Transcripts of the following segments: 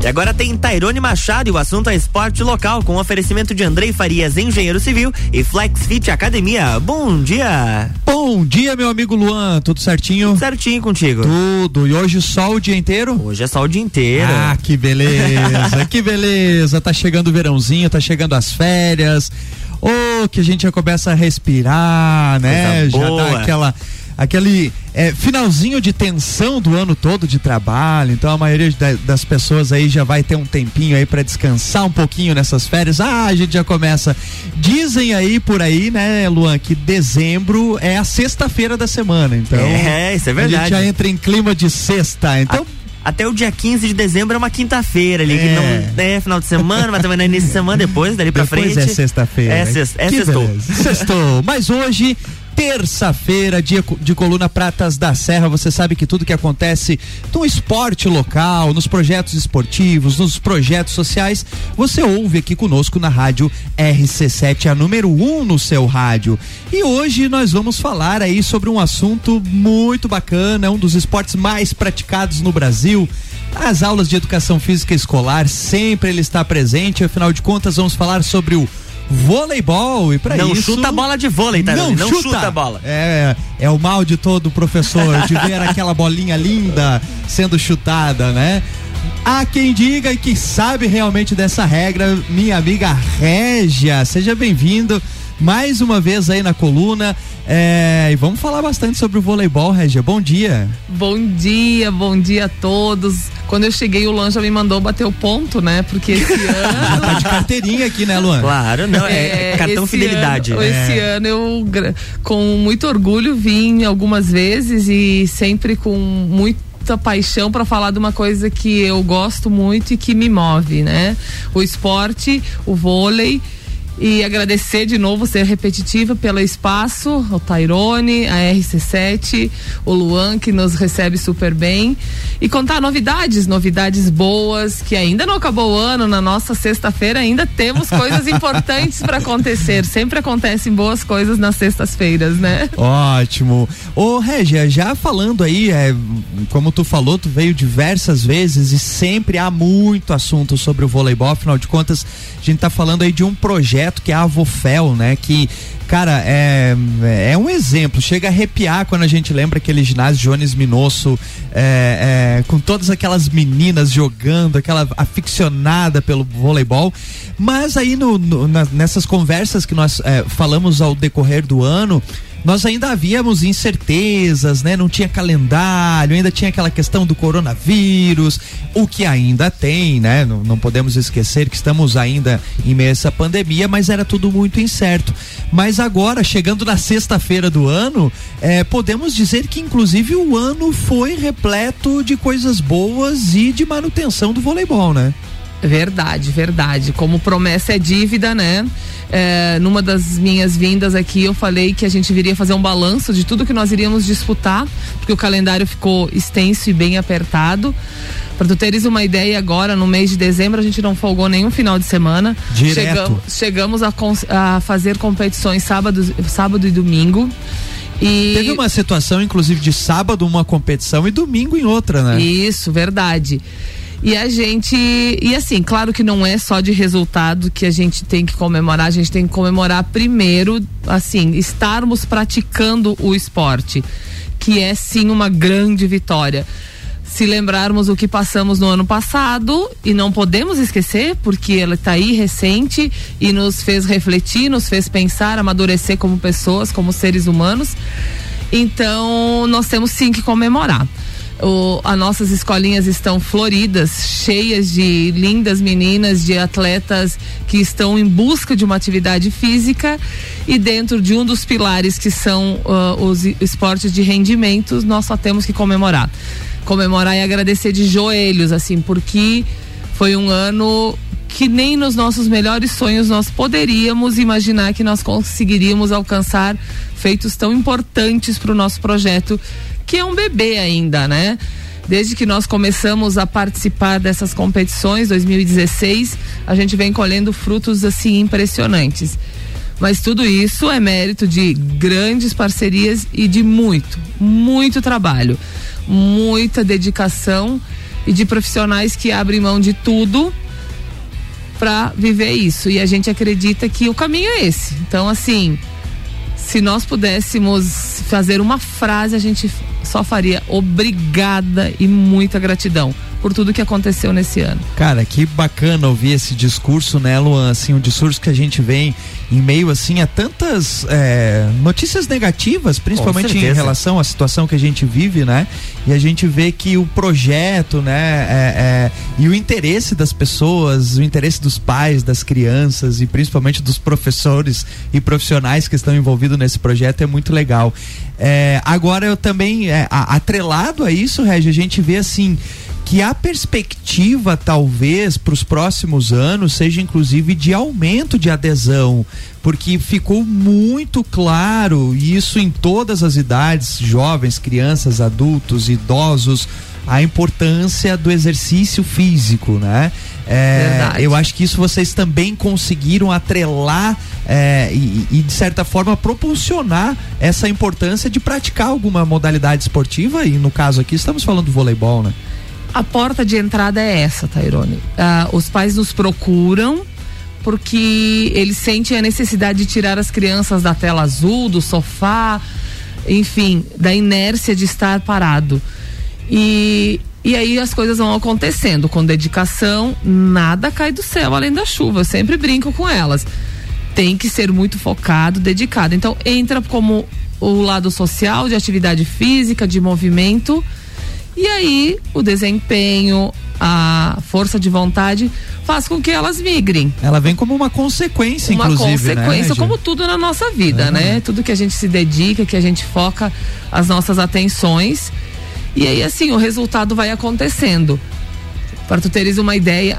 E agora tem Tairone Machado e o assunto é esporte local, com oferecimento de Andrei Farias, engenheiro civil, e Flexfit Academia. Bom dia! Bom dia, meu amigo Luan, tudo certinho? Tudo certinho contigo. Tudo, e hoje sol o dia inteiro? Hoje é sol o dia inteiro. Ah, que beleza, que beleza, tá chegando o verãozinho, tá chegando as férias, que a gente já começa a respirar, né? Já dá aquele finalzinho de tensão do ano todo de trabalho, então a maioria das pessoas aí já vai ter um tempinho aí pra descansar um pouquinho nessas férias. A gente já começa, dizem aí por aí, né, Luan, que dezembro é a sexta-feira da semana, então isso é verdade. A gente já entra em clima de sexta, então até o dia 15 de dezembro é uma quinta-feira ali, que não é final de semana, mas também não é início de semana, depois, dali pra frente. É sexta-feira. Sextou. Sextou. Mas hoje, terça-feira, dia de Coluna Pratas da Serra, você sabe que tudo que acontece no esporte local, nos projetos esportivos, nos projetos sociais, você ouve aqui conosco na rádio RC7, a número 1 no seu rádio. E hoje nós vamos falar aí sobre um assunto muito bacana, um dos esportes mais praticados no Brasil. As aulas de educação física escolar, sempre ele está presente, afinal de contas vamos falar sobre o voleibol, e para isso... Não chuta a bola de vôlei, tá? Não chuta a bola. É o mal de todo professor, de ver aquela bolinha linda sendo chutada, né? Há quem diga e que sabe realmente dessa regra, minha amiga Régia, seja bem-vindo mais uma vez aí na coluna, e vamos falar bastante sobre o voleibol, Régia. Bom dia. Bom dia a todos. Quando eu cheguei, o Luan já me mandou bater o ponto, né? Porque esse ano... Já tá de carteirinha aqui, né, Luan? Claro, não, cartão fidelidade. Esse ano eu, com muito orgulho, vim algumas vezes e sempre com muita paixão para falar de uma coisa que eu gosto muito e que me move, né? O esporte, o vôlei. E agradecer de novo, ser repetitiva, pelo espaço, o Tairone, a RC7, o Luan, que nos recebe super bem, e contar novidades boas, que ainda não acabou o ano. Na nossa sexta-feira ainda temos coisas importantes para acontecer, sempre acontecem boas coisas nas sextas-feiras, né? Ótimo. Ô Régia, já falando aí, como tu falou, tu veio diversas vezes e sempre há muito assunto sobre o voleibol, afinal de contas a gente tá falando aí de um projeto que é a Avofel, né? Que, cara, é um exemplo, chega a arrepiar quando a gente lembra aquele ginásio Jones Minosso, com todas aquelas meninas jogando, aquela aficionada pelo voleibol. Mas aí nessas conversas que nós falamos ao decorrer do ano, nós ainda havíamos incertezas, né? Não tinha calendário, ainda tinha aquela questão do coronavírus, o que ainda tem, né? Não podemos esquecer que estamos ainda em meio a essa pandemia, mas era tudo muito incerto. Mas agora, chegando na sexta-feira do ano, podemos dizer que inclusive o ano foi repleto de coisas boas e de manutenção do voleibol, né? Verdade. Como promessa é dívida, né? Numa das minhas vindas aqui, eu falei que a gente viria fazer um balanço de tudo que nós iríamos disputar, porque o calendário ficou extenso e bem apertado. Para tu teres uma ideia, agora no mês de dezembro a gente não folgou nenhum final de semana. Direto. Chegamos a fazer competições sábado e domingo. E teve uma situação, inclusive, de sábado uma competição e domingo em outra, né? Isso, verdade. E assim, claro que não é só de resultado que a gente tem que comemorar, a gente tem que comemorar primeiro, assim, estarmos praticando o esporte, que é sim uma grande vitória. Se lembrarmos o que passamos no ano passado, e não podemos esquecer, porque ela está aí recente e nos fez refletir, nos fez pensar, amadurecer como pessoas, como seres humanos. Então, nós temos sim que comemorar. As nossas escolinhas estão floridas, cheias de lindas meninas, de atletas que estão em busca de uma atividade física, e dentro de um dos pilares que são os esportes de rendimento, nós só temos que comemorar e agradecer de joelhos, assim, porque foi um ano que nem nos nossos melhores sonhos nós poderíamos imaginar que nós conseguiríamos alcançar feitos tão importantes para o nosso projeto, que é um bebê ainda, né? Desde que nós começamos a participar dessas competições, 2016, a gente vem colhendo frutos assim impressionantes. Mas tudo isso é mérito de grandes parcerias e de muito trabalho, muita dedicação e de profissionais que abrem mão de tudo para viver isso. E a gente acredita que o caminho é esse. Então, assim, se nós pudéssemos fazer uma frase, a gente só faria obrigada e muita gratidão por tudo que aconteceu nesse ano. Cara, que bacana ouvir esse discurso, né, Luan? Assim, um discurso que a gente vem em meio, assim, a tantas notícias negativas, principalmente em relação à situação que a gente vive, né? E a gente vê que o projeto, né, e o interesse das pessoas, o interesse dos pais, das crianças e principalmente dos professores e profissionais que estão envolvidos nesse projeto é muito legal. Agora eu também, atrelado a isso, Regi, a gente vê assim que a perspectiva talvez para os próximos anos seja inclusive de aumento de adesão, porque ficou muito claro isso em todas as idades, jovens, crianças, adultos, idosos, a importância do exercício físico, né? Eu acho que isso vocês também conseguiram atrelar e de certa forma propulsionar essa importância de praticar alguma modalidade esportiva, e no caso aqui estamos falando do voleibol, né? A porta de entrada é essa, Tairone. Os pais nos procuram porque eles sentem a necessidade de tirar as crianças da tela azul, do sofá, enfim, da inércia de estar parado. E aí as coisas vão acontecendo com dedicação, nada cai do céu além da chuva, eu sempre brinco com elas. Tem que ser muito focado, dedicado. Então entra como o lado social, de atividade física, de movimento. E aí, o desempenho, a força de vontade faz com que elas migrem. Ela vem como uma consequência, inclusive, uma consequência, né, como tudo na nossa vida, né? Tudo que a gente se dedica, que a gente foca as nossas atenções. E aí, assim, o resultado vai acontecendo. Para tu teres uma ideia,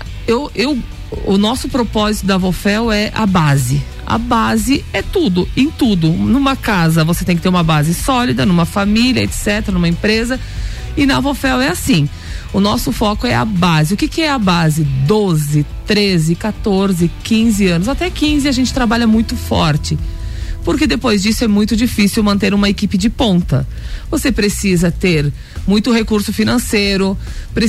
o nosso propósito da Vofel é a base. A base é tudo, em tudo. Numa casa, você tem que ter uma base sólida, numa família, etc., numa empresa. E na Vofel é assim, o nosso foco é a base. O que é a base? 12, 13, 14, 15 anos, até 15 a gente trabalha muito forte, porque depois disso é muito difícil manter uma equipe de ponta. Você precisa ter muito recurso financeiro,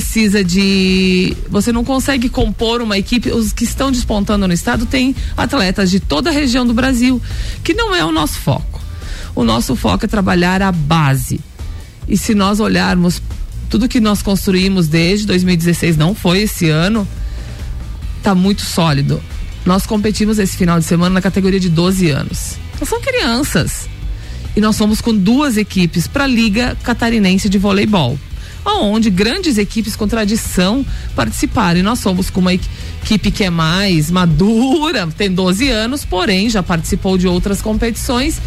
você não consegue compor uma equipe. Os que estão despontando no estado têm atletas de toda a região do Brasil, que não é o nosso foco. O nosso foco é trabalhar a base. E se nós olharmos tudo que nós construímos desde 2016, não foi esse ano, tá muito sólido. Nós competimos esse final de semana na categoria de 12 anos. Então são crianças. E nós fomos com 2 equipes para a Liga Catarinense de Voleibol, onde grandes equipes com tradição participaram. E nós fomos com uma equipe que é mais madura, tem 12 anos, porém já participou de outras competições,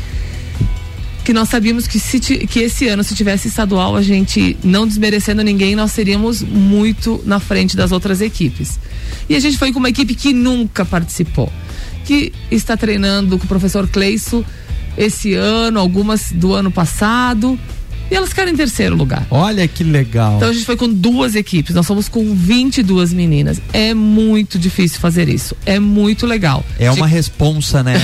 que nós sabíamos que esse ano, se tivesse estadual, a gente, não desmerecendo ninguém, nós seríamos muito na frente das outras equipes. E a gente foi com uma equipe que nunca participou, que está treinando com o professor Cleison esse ano, algumas do ano passado, e elas ficaram em 3º lugar. Olha que legal. Então a gente foi com 2 equipes, nós fomos com 22 meninas. É muito difícil fazer isso, é muito legal. É uma responsa, né?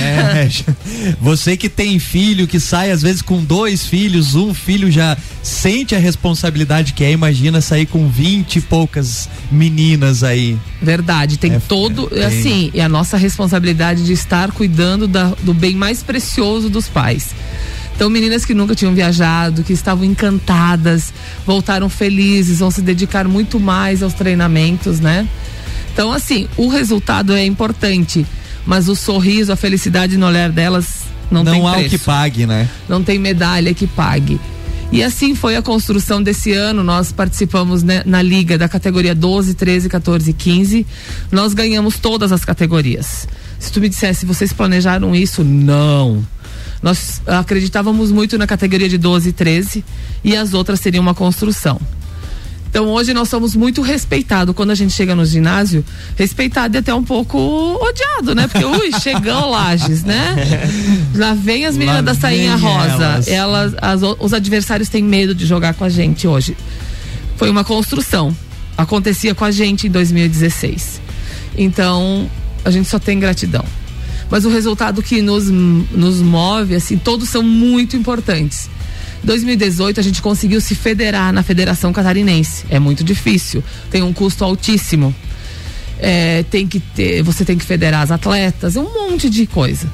Você que tem filho, que sai às vezes com 2 filhos, um filho já sente a responsabilidade que imagina sair com 20 e poucas meninas aí. Verdade, tem assim, é a nossa responsabilidade de estar cuidando do bem mais precioso dos pais. Então, meninas que nunca tinham viajado, que estavam encantadas, voltaram felizes, vão se dedicar muito mais aos treinamentos, né? Então, assim, o resultado é importante, mas o sorriso, a felicidade no olhar delas não tem preço. Não há o que pague, né? Não tem medalha que pague. E assim foi a construção desse ano. Nós participamos, né, na liga da categoria 12, 13, 14 e 15. Nós ganhamos todas as categorias. Se tu me dissesse, vocês planejaram isso? Não. Nós acreditávamos muito na categoria de 12 e 13 e as outras seriam uma construção. Então hoje nós somos muito respeitados. Quando a gente chega no ginásio, respeitado e até um pouco odiado, né? Porque chegam Lages, né? Lá vem as meninas da sainha rosa. Os adversários têm medo de jogar com a gente hoje. Foi uma construção. Acontecia com a gente em 2016. Então a gente só tem gratidão. Mas o resultado que nos move, assim, todos são muito importantes. 2018 a gente conseguiu se federar na Federação Catarinense. É muito difícil, tem um custo altíssimo. Você tem que federar as atletas, um monte de coisa.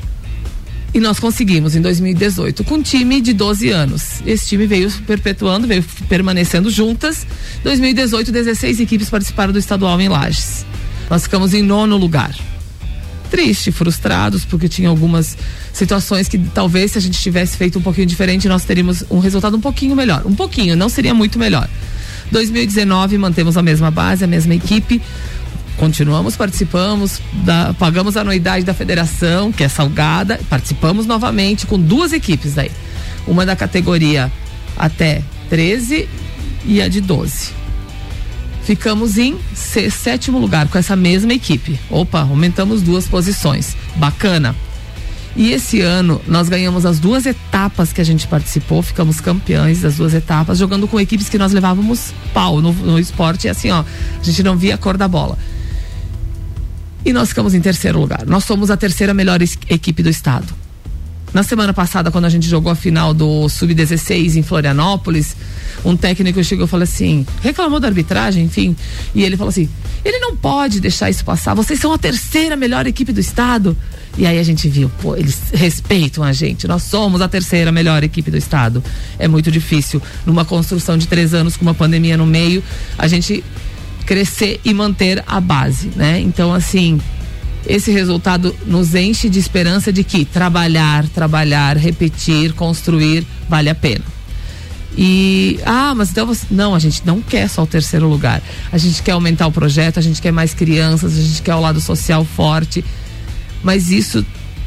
E nós conseguimos em 2018 com um time de 12 anos. Esse time veio perpetuando, veio permanecendo juntas. 2018, 16 equipes participaram do estadual em Lages. Nós ficamos em 9º lugar. Triste, frustrados, porque tinha algumas situações que talvez se a gente tivesse feito um pouquinho diferente, nós teríamos um resultado um pouquinho melhor. Um pouquinho, não seria muito melhor. 2019, mantemos a mesma base, a mesma equipe. Continuamos, participamos, pagamos a anuidade da federação, que é salgada, participamos novamente com 2 equipes daí. Uma da categoria até 13 e a de 12. Ficamos em 7º lugar com essa mesma equipe. Opa, aumentamos 2 posições. Bacana. E esse ano nós ganhamos as 2 etapas que a gente participou, ficamos campeões das 2 etapas, jogando com equipes que nós levávamos pau no esporte, e assim, ó, a gente não via a cor da bola. E nós ficamos em 3º lugar. Nós somos a 3ª melhor equipe do estado. Na semana passada, quando a gente jogou a final do Sub-16 em Florianópolis, um técnico chegou e falou assim, reclamou da arbitragem, enfim, e ele falou assim, ele não pode deixar isso passar, vocês são a 3ª melhor equipe do estado. E aí a gente viu, pô, eles respeitam a gente, nós somos a 3ª melhor equipe do estado. É muito difícil, numa construção de 3 anos com uma pandemia no meio, a gente crescer e manter a base, né? Então, assim, esse resultado nos enche de esperança de que trabalhar, repetir, construir, vale a pena. E, mas então não, a gente não quer só o 3º lugar, a gente quer aumentar o projeto, a gente quer mais crianças, a gente quer o lado social forte, mas isso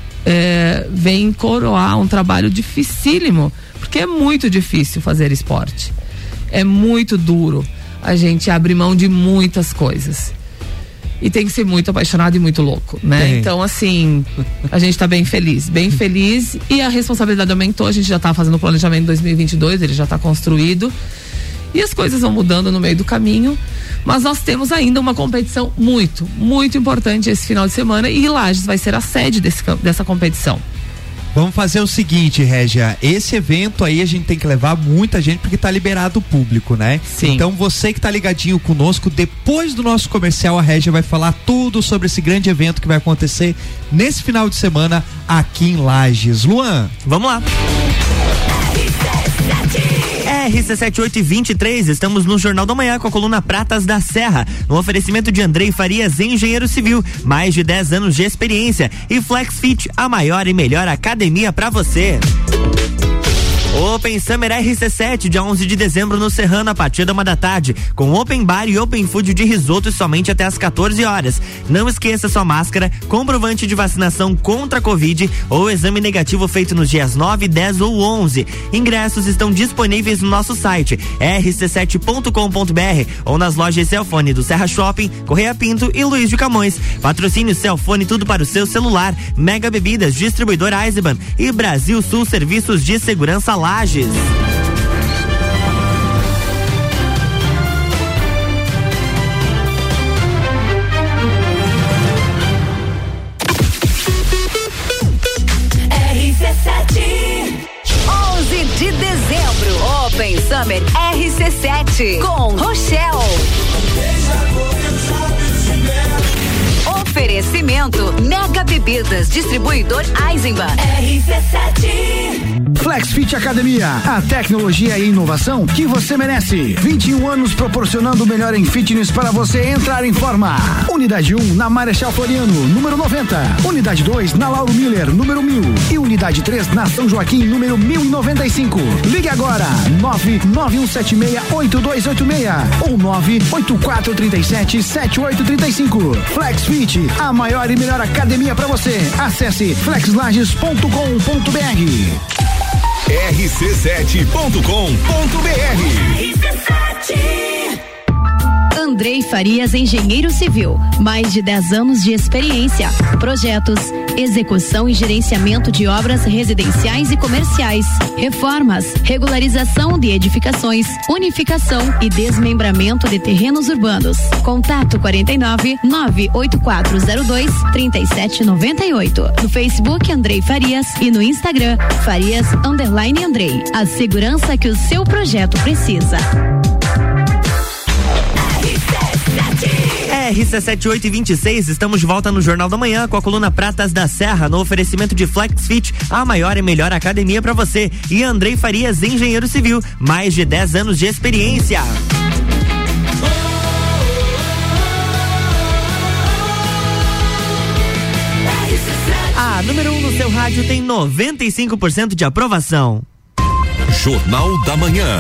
vem coroar um trabalho dificílimo, porque é muito difícil fazer esporte, é muito duro, a gente abre mão de muitas coisas e tem que ser muito apaixonado e muito louco, né? Então, assim, a gente tá bem feliz e a responsabilidade aumentou, a gente já tá fazendo o planejamento de 2022, ele já tá construído e as coisas vão mudando no meio do caminho, mas nós temos ainda uma competição muito, muito importante esse final de semana e Lages vai ser a sede dessa competição. Vamos fazer o seguinte, Régia, esse evento aí a gente tem que levar muita gente porque tá liberado o público, né? Sim. Então você que tá ligadinho conosco, depois do nosso comercial a Régia vai falar tudo sobre esse grande evento que vai acontecer nesse final de semana aqui em Lages. Luan, vamos lá. RC7823, estamos no Jornal da Manhã com a coluna Pratas da Serra, no oferecimento de Andrei Farias, engenheiro civil, mais de 10 anos de experiência, e FlexFit, a maior e melhor academia pra você. Open Summer RC7, dia 11 de dezembro no Serrano, a partir da 1 da tarde, com Open Bar e Open Food de risoto somente até às 14 horas. Não esqueça sua máscara, comprovante de vacinação contra a Covid ou exame negativo feito nos dias 9, 10 ou 11. Ingressos estão disponíveis no nosso site rc7.com.br ou nas lojas Celfone do Serra Shopping, Correia Pinto e Luiz de Camões. Patrocínio Celfone, tudo para o seu celular. Mega Bebidas, distribuidor Eisenbahn e Brasil Sul Serviços de Segurança Lages. De dezembro, Open Summer RC7 com Rochelle. Oferecimento Mega Bebidas, distribuidor Eisenbahn. RC7. FlexFit Academia, a tecnologia e inovação que você merece. 21 anos proporcionando o melhor em fitness para você entrar em forma. Unidade 1 na Marechal Floriano, número 90. Unidade 2 na Lauro Miller, número 1000. E unidade 3 na São Joaquim, número 1095. Ligue agora, 991768286 ou 984377835. FlexFit, a maior e melhor academia para você. Acesse flexlages.com.br. rc7.com.br. Andrei Farias, engenheiro civil, mais de 10 anos de experiência, projetos, execução e gerenciamento de obras residenciais e comerciais, reformas, regularização de edificações, unificação e desmembramento de terrenos urbanos. Contato 49 98402 3798. No Facebook Andrei Farias e no Instagram Farias_Andrei. A segurança que o seu projeto precisa. RC7826, estamos de volta no Jornal da Manhã com a coluna Pratas da Serra, no oferecimento de Flex Fit, a maior e melhor academia para você, e Andrei Farias, engenheiro civil, mais de 10 anos de experiência. A número 1 no seu rádio tem 95% de aprovação. Jornal da Manhã.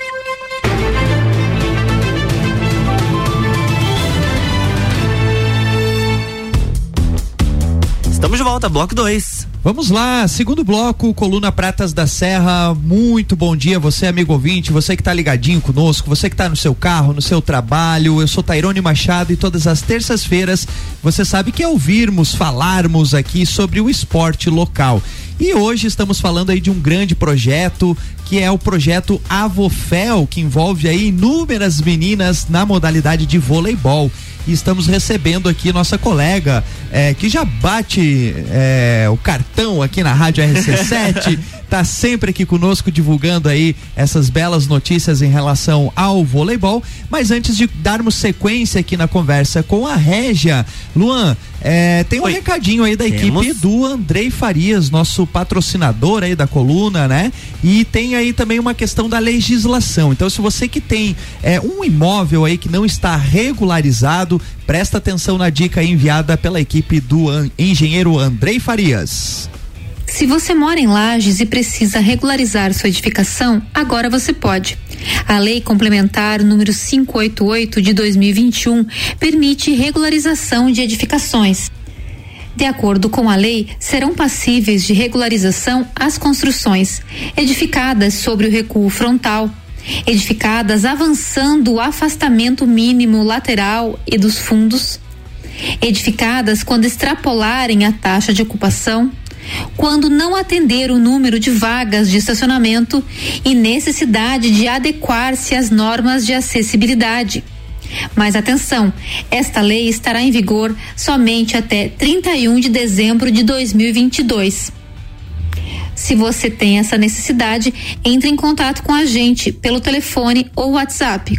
Estamos de volta, bloco 2. Vamos lá, segundo bloco, coluna Pratas da Serra. Muito bom dia, você amigo ouvinte, você que tá ligadinho conosco, você que tá no seu carro, no seu trabalho. Eu sou Tairone Machado e todas as terças-feiras você sabe que é ouvirmos, falarmos aqui sobre o esporte local. E hoje estamos falando aí de um grande projeto, que é o projeto Avofel, que envolve aí inúmeras meninas na modalidade de voleibol. E estamos recebendo aqui nossa colega, que já bate o cartão aqui na Rádio RC7, tá sempre aqui conosco divulgando aí essas belas notícias em relação ao voleibol. Mas antes de darmos sequência aqui na conversa com a Régia, Luan, tem um recadinho aí da equipe do Andrei Farias, nosso patrocinador aí da coluna, né? E tem aí também uma questão da legislação. Então, se você que tem um imóvel aí que não está regularizado, presta atenção na dica enviada pela equipe do engenheiro Andrei Farias. Se você mora em Lages e precisa regularizar sua edificação, agora você pode. A Lei Complementar número 588 de 2021 permite regularização de edificações. De acordo com a lei, serão passíveis de regularização as construções edificadas sobre o recuo frontal, edificadas avançando o afastamento mínimo lateral e dos fundos, edificadas quando extrapolarem a taxa de ocupação, quando não atender o número de vagas de estacionamento e necessidade de adequar-se às normas de acessibilidade. Mas atenção, esta lei estará em vigor somente até 31 de dezembro de 2022. Se você tem essa necessidade, entre em contato com a gente pelo telefone ou WhatsApp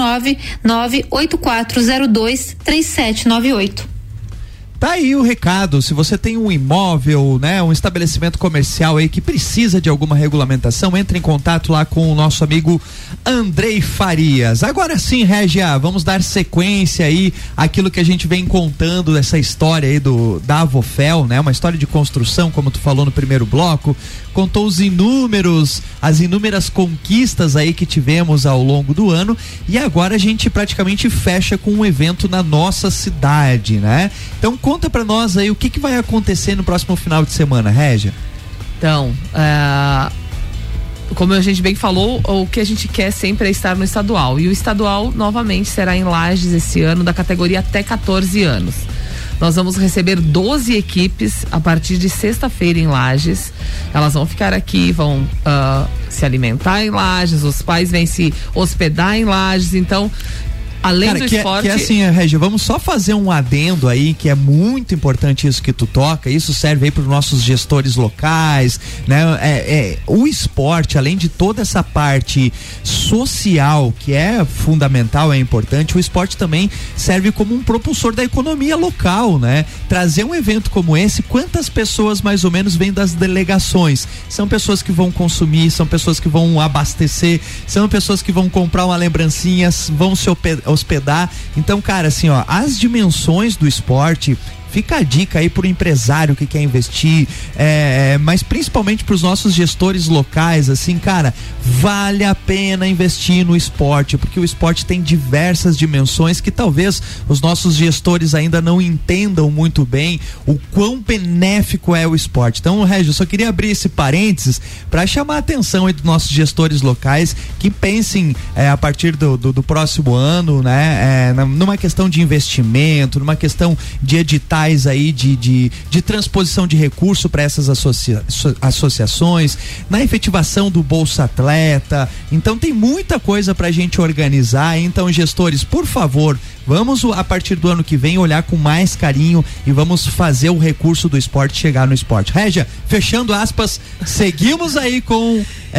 49984023798. Tá aí o recado, se você tem um imóvel, né, um estabelecimento comercial aí que precisa de alguma regulamentação, entre em contato lá com o nosso amigo Andrei Farias. Agora sim, Régia, vamos dar sequência aí àquilo que a gente vem contando dessa história aí da Avofel, né, uma história de construção, como tu falou no primeiro bloco, contou as inúmeras conquistas aí que tivemos ao longo do ano, e agora a gente praticamente fecha com um evento na nossa cidade, né? Então conta pra nós aí o que vai acontecer no próximo final de semana, Régia. Então, como a gente bem falou, o que a gente quer sempre é estar no estadual, e o estadual novamente será em Lages esse ano, da categoria até 14 anos. Nós vamos receber 12 equipes a partir de sexta-feira em Lages. Elas vão ficar aqui, vão se alimentar em Lages, os pais vêm se hospedar em Lages, então além do esporte. Que assim, Régia, vamos só fazer um adendo aí, que é muito importante isso que tu toca, isso serve aí para os nossos gestores locais, né? O esporte, além de toda essa parte social, que é fundamental, é importante, o esporte também serve como um propulsor da economia local, né? Trazer um evento como esse, quantas pessoas mais ou menos vêm das delegações? São pessoas que vão consumir, são pessoas que vão abastecer, são pessoas que vão comprar uma lembrancinha, vão se hospedar. Então, cara, assim, ó, as dimensões do esporte fica a dica aí pro empresário que quer investir, mas principalmente pros nossos gestores locais, assim, cara, vale a pena investir no esporte, porque o esporte tem diversas dimensões que talvez os nossos gestores ainda não entendam muito bem o quão benéfico é o esporte. Então, Régio, eu só queria abrir esse parênteses para chamar a atenção aí dos nossos gestores locais que pensem a partir do próximo ano, né, numa questão de investimento, numa questão de editais aí de transposição de recurso para essas associações, na efetivação do Bolsa Atleta. Então tem muita coisa pra gente organizar. Então, gestores, por favor, vamos a partir do ano que vem olhar com mais carinho e vamos fazer o recurso do esporte chegar no esporte. Régia, fechando aspas, seguimos aí com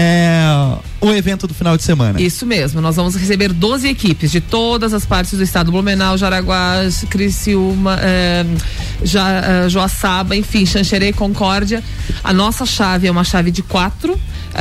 o evento do final de semana. Isso mesmo, nós vamos receber 12 equipes de todas as partes do estado: Blumenau, Jaraguá, Criciúma, Joaçaba, enfim, Xanxerê, Concórdia. A nossa chave é uma chave de 4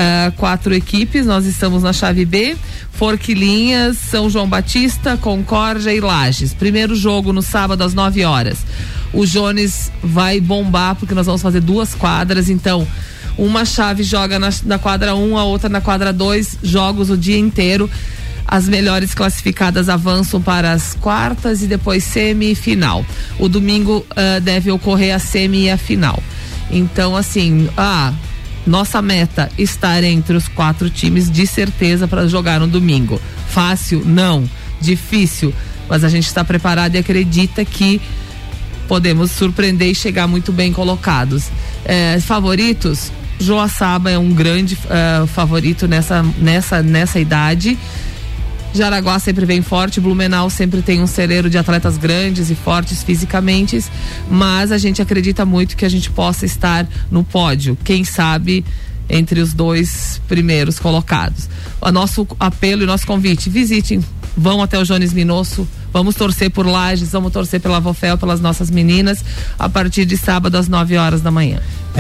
equipes. Nós estamos na chave B: Forquilinhas, São João Batista, Concórdia e Lages. Primeiro jogo no sábado às 9 horas. O Jones vai bombar porque nós vamos fazer 2 quadras, então uma chave joga na quadra 1, a outra na quadra 2, jogos o dia inteiro. As melhores classificadas avançam para as quartas e depois semifinal. O domingo deve ocorrer a semi e a final. Então, assim, nossa meta estar entre os 4 times de certeza para jogar no domingo. Fácil? Não. Difícil, mas a gente está preparado e acredita que podemos surpreender e chegar muito bem colocados. Favoritos? Joaçaba é um grande favorito nessa idade. Jaraguá sempre vem forte, Blumenau sempre tem um celeiro de atletas grandes e fortes fisicamente, mas a gente acredita muito que a gente possa estar no pódio, quem sabe entre os 2 primeiros colocados. O nosso apelo e nosso convite: visitem, vão até o Jones Minosso, vamos torcer por Lages, vamos torcer pela Vofel, pelas nossas meninas, a partir de sábado às 9 horas da manhã.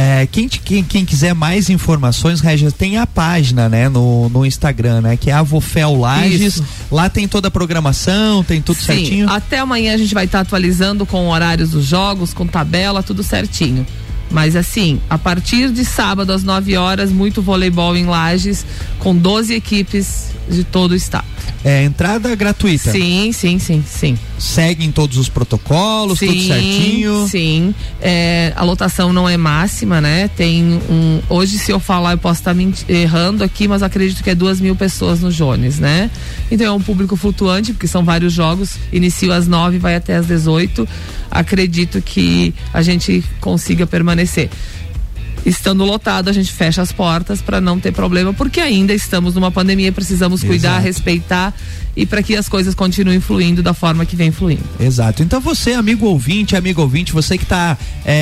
Quem quiser mais informações, Regis, tem a página, né, no Instagram, né, que é a Vofel Lages. Isso. Lá tem toda a programação, tem tudo certinho. Até amanhã a gente vai estar atualizando com horários dos jogos, com tabela, tudo certinho. Mas assim, a partir de sábado às 9 horas, muito voleibol em Lages, com 12 equipes de todo o estado. Entrada gratuita? Sim. Seguem todos os protocolos, tudo certinho? Sim. A lotação não é máxima, né? Hoje, se eu falar, eu posso estar errando aqui, mas acredito que é 2.000 pessoas no Jones, né? Então é um público flutuante, porque são vários jogos, inicia às 9, vai até às 18. Acredito que a gente consiga permanecer. Estando lotado, a gente fecha as portas para não ter problema, porque ainda estamos numa pandemia, precisamos cuidar, respeitar, e para que as coisas continuem fluindo da forma que vem fluindo. Exato. Então você, amigo ouvinte, você que está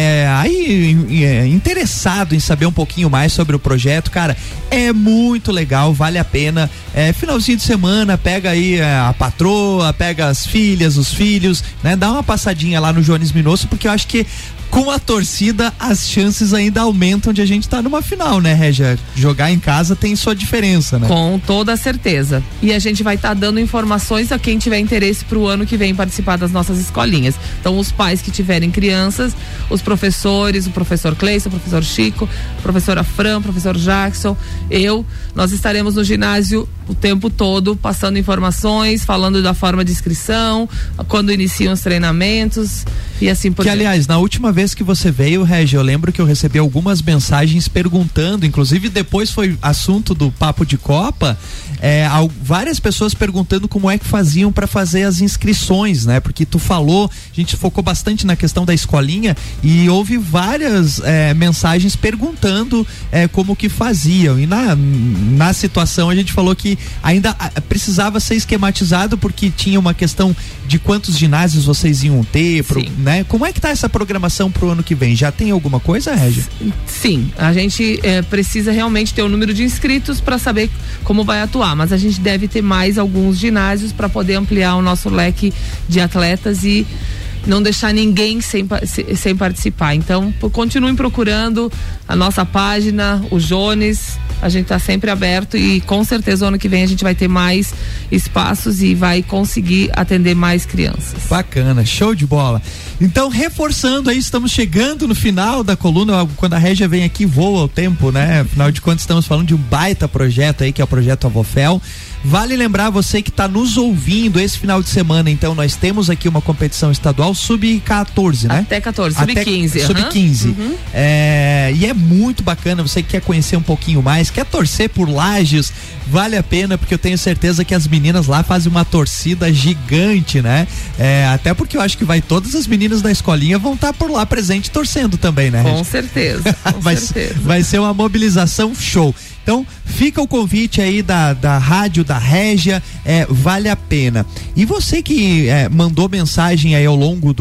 interessado em saber um pouquinho mais sobre o projeto, cara, é muito legal, vale a pena. Finalzinho de semana, pega aí a patroa, pega as filhas, os filhos, né? Dá uma passadinha lá no Jones Minosso, porque eu acho que com a torcida as chances ainda aumentam de a gente estar numa final, né, Régia? Jogar em casa tem sua diferença, né? Com toda certeza. E a gente vai estar dando informações a quem tiver interesse para o ano que vem participar das nossas escolinhas. Então, os pais que tiverem crianças, os professores, o professor Cleison, o professor Chico, a professora Fran, o professor Jackson, nós estaremos no ginásio o tempo todo passando informações, falando da forma de inscrição, quando iniciam os treinamentos e assim por diante. Aliás, na última vez que você veio, Régia, eu lembro que eu recebi algumas mensagens perguntando, inclusive depois foi assunto do Papo de Copa, várias pessoas perguntando como é que faziam para fazer as inscrições, né? Porque tu falou, a gente focou bastante na questão da escolinha e houve várias mensagens perguntando como que faziam, e na situação a gente falou que ainda precisava ser esquematizado, porque tinha uma questão de quantos ginásios vocês iam ter, né? Como é que tá essa programação pro ano que vem? Já tem alguma coisa, Régia? Sim, a gente precisa realmente ter o número de inscritos para saber como vai atuar, mas a gente deve ter mais alguns ginásios para poder ampliar o nosso leque de atletas e não deixar ninguém sem participar. Então, continuem procurando a nossa página, o Jones, a gente está sempre aberto e com certeza o ano que vem a gente vai ter mais espaços e vai conseguir atender mais crianças. Bacana, show de bola. Então, reforçando aí, estamos chegando no final da coluna, quando a Régia vem aqui voa o tempo, né? Afinal de contas, estamos falando de um baita projeto aí, que é o projeto Avofel. Vale lembrar você que está nos ouvindo esse final de semana, então nós temos aqui uma competição estadual sub-14, né? Até 14, sub-15. Sub-15. Uhum. E é muito bacana, você que quer conhecer um pouquinho mais, quer torcer por Lages, vale a pena, porque eu tenho certeza que as meninas lá fazem uma torcida gigante, né? Até porque eu acho que todas as meninas da escolinha vão estar por lá presente torcendo também, né? Com certeza, vai ser uma mobilização show. Então, fica o convite aí da rádio, da Régia, vale a pena. E você que mandou mensagem aí ao longo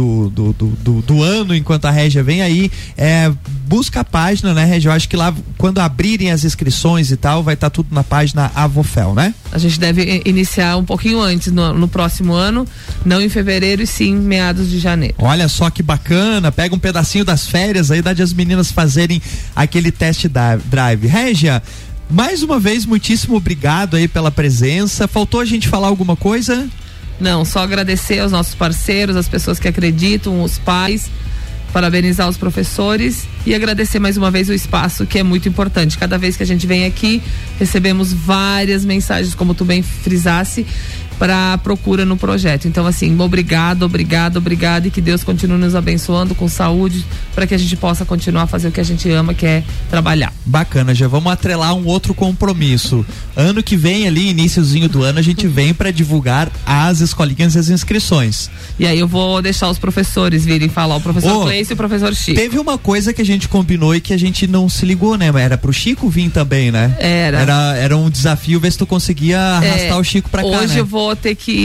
do ano, enquanto a Régia vem aí, busca a página, né, Régia? Eu acho que lá, quando abrirem as inscrições e tal, vai estar tudo na página Avofel, né? A gente deve iniciar um pouquinho antes, no próximo ano, não em fevereiro e sim meados de janeiro. Olha só que bacana, pega um pedacinho das férias aí, dá de as meninas fazerem aquele test drive. Régia, mais uma vez, muitíssimo obrigado aí pela presença. Faltou a gente falar alguma coisa? Não, só agradecer aos nossos parceiros, as pessoas que acreditam, os pais, parabenizar os professores e agradecer mais uma vez o espaço, que é muito importante. Cada vez que a gente vem aqui, recebemos várias mensagens, como tu bem frisasse, para procura no projeto. Então, assim, obrigado e que Deus continue nos abençoando com saúde para que a gente possa continuar a fazer o que a gente ama, que é trabalhar. Bacana, já vamos atrelar um outro compromisso. Ano que vem ali, iniciozinho do ano, a gente vem para divulgar as escolinhas e as inscrições. E aí eu vou deixar os professores virem falar, o professor Cleice e o professor Chico. Teve uma coisa que a gente combinou e que a gente não se ligou, né? Era pro Chico vir também, né? Era um desafio ver se tu conseguia arrastar o Chico pra cá, hoje, né? Eu vou ter que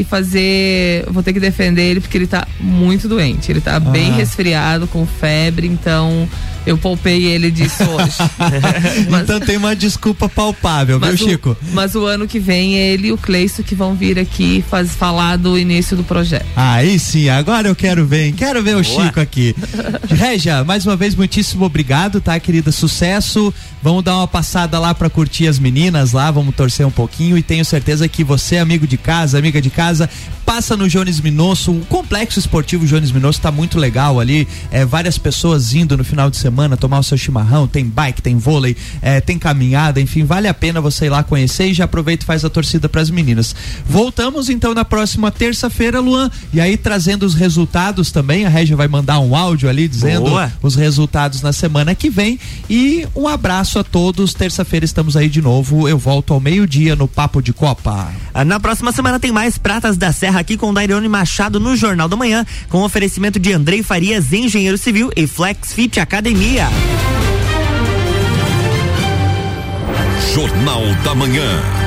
defender ele, porque ele tá muito doente, ele tá bem resfriado, com febre, então eu poupei ele disso hoje. Então tem uma desculpa palpável, viu, Chico? Mas o ano que vem ele e o Cleiso que vão vir aqui falar do início do projeto. Aí sim, agora eu quero ver o Chico aqui. Régia, mais uma vez, muitíssimo obrigado, tá, querida? Sucesso. Vamos dar uma passada lá pra curtir as meninas lá, vamos torcer um pouquinho e tenho certeza que você, amigo de casa, amiga de casa, passa no Jones Minosso, o complexo esportivo Jones Minosso tá muito legal ali, várias pessoas indo no final de semana tomar o seu chimarrão, tem bike, tem vôlei, tem caminhada, enfim, vale a pena você ir lá conhecer e já aproveita e faz a torcida pras meninas. Voltamos então na próxima terça-feira, Luan, e aí trazendo os resultados também, a Régia vai mandar um áudio ali dizendo os resultados na semana que vem e um abraço a todos, terça-feira estamos aí de novo, eu volto ao meio-dia no Papo de Copa. Na próxima semana tem mais Pratas da Serra aqui com Dairone Machado no Jornal da Manhã, com oferecimento de Andrei Farias, engenheiro civil, e Flex Fit Academia. Jornal da Manhã.